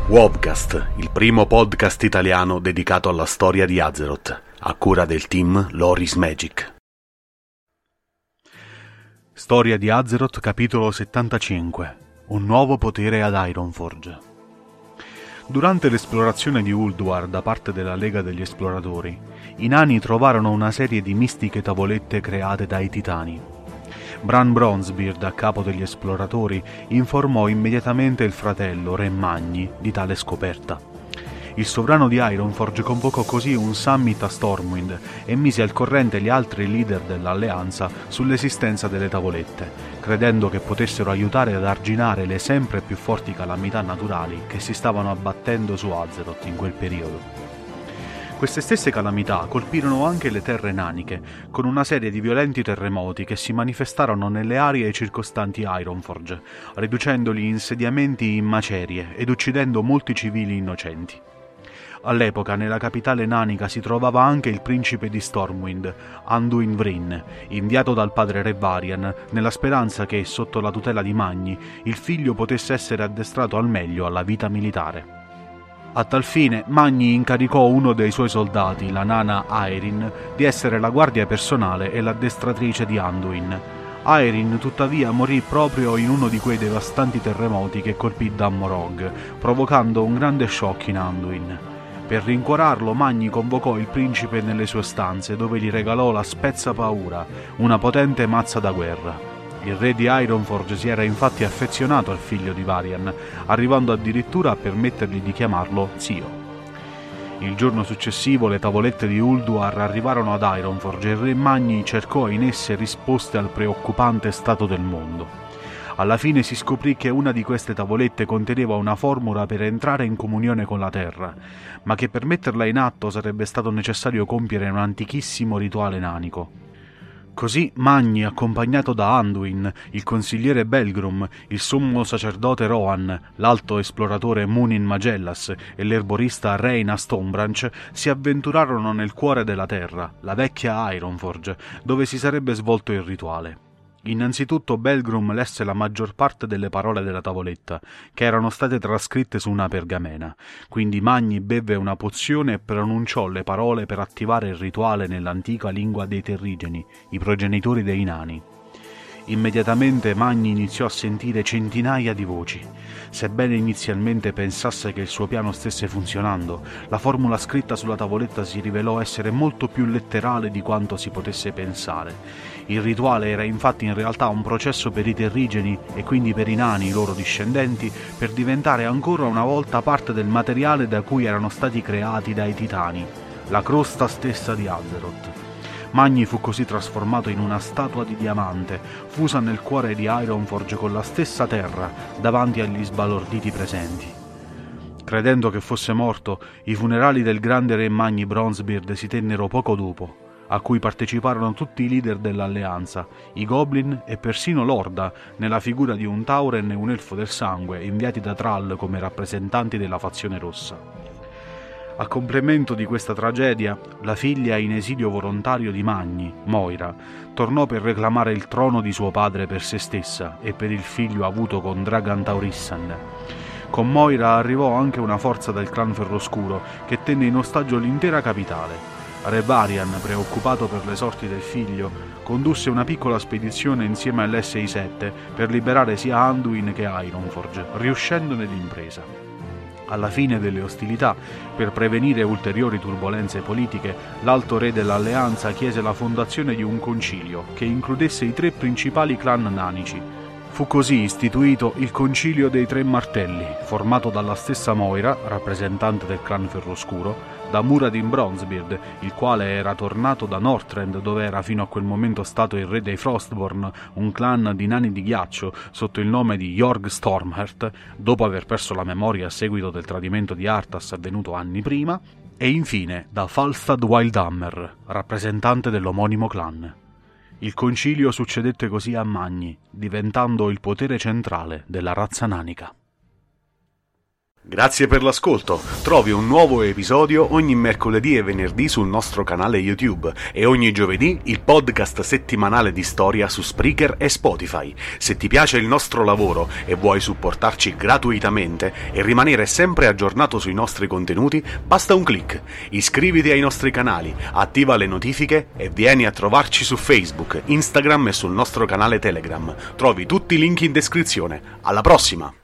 Wobcast, il primo podcast italiano dedicato alla storia di Azeroth, a cura del team Loris Magic. Storia di Azeroth, capitolo 75. Un nuovo potere ad Ironforge. Durante l'esplorazione di Ulduar da parte della Lega degli Esploratori, i nani trovarono una serie di mistiche tavolette create dai titani. Bran Bronzebeard, a capo degli esploratori, informò immediatamente il fratello, Re Magni, di tale scoperta. Il sovrano di Ironforge convocò così un summit a Stormwind e mise al corrente gli altri leader dell'alleanza sull'esistenza delle tavolette, credendo che potessero aiutare ad arginare le sempre più forti calamità naturali che si stavano abbattendo su Azeroth in quel periodo. Queste stesse calamità colpirono anche le terre naniche, con una serie di violenti terremoti che si manifestarono nelle aree circostanti Ironforge, riducendo gli insediamenti in macerie ed uccidendo molti civili innocenti. All'epoca nella capitale nanica si trovava anche il principe di Stormwind, Anduin Wrynn, inviato dal padre Re Varian, nella speranza che, sotto la tutela di Magni, il figlio potesse essere addestrato al meglio alla vita militare. A tal fine, Magni incaricò uno dei suoi soldati, la nana Aerin, di essere la guardia personale e l'addestratrice di Anduin. Aerin, tuttavia, morì proprio in uno di quei devastanti terremoti che colpì Dammorog, provocando un grande shock in Anduin. Per rincuorarlo, Magni convocò il principe nelle sue stanze, dove gli regalò la Spezza Paura, una potente mazza da guerra. Il re di Ironforge si era infatti affezionato al figlio di Varian, arrivando addirittura a permettergli di chiamarlo zio. Il giorno successivo le tavolette di Ulduar arrivarono ad Ironforge e il re Magni cercò in esse risposte al preoccupante stato del mondo. Alla fine si scoprì che una di queste tavolette conteneva una formula per entrare in comunione con la terra, ma che per metterla in atto sarebbe stato necessario compiere un antichissimo rituale nanico. Così Magni, accompagnato da Anduin, il consigliere Belgrum, il sommo sacerdote Rohan, l'alto esploratore Munin Magellas e l'erborista Reyna Stonebranch, si avventurarono nel cuore della terra, la vecchia Ironforge, dove si sarebbe svolto il rituale. Innanzitutto Belgrum lesse la maggior parte delle parole della tavoletta, che erano state trascritte su una pergamena, quindi Magni bevve una pozione e pronunciò le parole per attivare il rituale nell'antica lingua dei Terrigeni, i progenitori dei nani. Immediatamente Magni iniziò a sentire centinaia di voci. Sebbene inizialmente pensasse che il suo piano stesse funzionando, la formula scritta sulla tavoletta si rivelò essere molto più letterale di quanto si potesse pensare. Il rituale era infatti in realtà un processo per i terrigeni e quindi per i nani, i loro discendenti, per diventare ancora una volta parte del materiale da cui erano stati creati dai titani, la crosta stessa di Azeroth. Magni fu così trasformato in una statua di diamante, fusa nel cuore di Ironforge con la stessa terra, davanti agli sbalorditi presenti. Credendo che fosse morto, i funerali del grande re Magni Bronzebeard si tennero poco dopo, a cui parteciparono tutti i leader dell'alleanza, i goblin e persino l'Orda, nella figura di un Tauren e un elfo del sangue, inviati da Thrall come rappresentanti della fazione rossa. A complemento di questa tragedia, la figlia in esilio volontario di Magni, Moira, tornò per reclamare il trono di suo padre per se stessa e per il figlio avuto con Dragan Taurissan. Con Moira arrivò anche una forza del clan Ferroscuro che tenne in ostaggio l'intera capitale. Re Varian, preoccupato per le sorti del figlio, condusse una piccola spedizione insieme all'SI-7 per liberare sia Anduin che Ironforge, riuscendo nell'impresa. Alla fine delle ostilità, per prevenire ulteriori turbolenze politiche, l'alto re dell'alleanza chiese la fondazione di un concilio che includesse i 3 principali clan nanici. Fu così istituito il Concilio dei Tre Martelli, formato dalla stessa Moira, rappresentante del clan Ferroscuro, da Muradin Bronzebeard, il quale era tornato da Northrend, dove era fino a quel momento stato il re dei Frostborn, un clan di nani di ghiaccio sotto il nome di Jorg Stormheart, dopo aver perso la memoria a seguito del tradimento di Arthas avvenuto anni prima, e infine da Falstad Wildhammer, rappresentante dell'omonimo clan. Il concilio succedette così a Magni, diventando il potere centrale della razza nanica. Grazie per l'ascolto. Trovi un nuovo episodio ogni mercoledì e venerdì sul nostro canale YouTube e ogni giovedì il podcast settimanale di storia su Spreaker e Spotify. Se ti piace il nostro lavoro e vuoi supportarci gratuitamente e rimanere sempre aggiornato sui nostri contenuti, basta un click. Iscriviti ai nostri canali, attiva le notifiche e vieni a trovarci su Facebook, Instagram e sul nostro canale Telegram. Trovi tutti i link in descrizione. Alla prossima!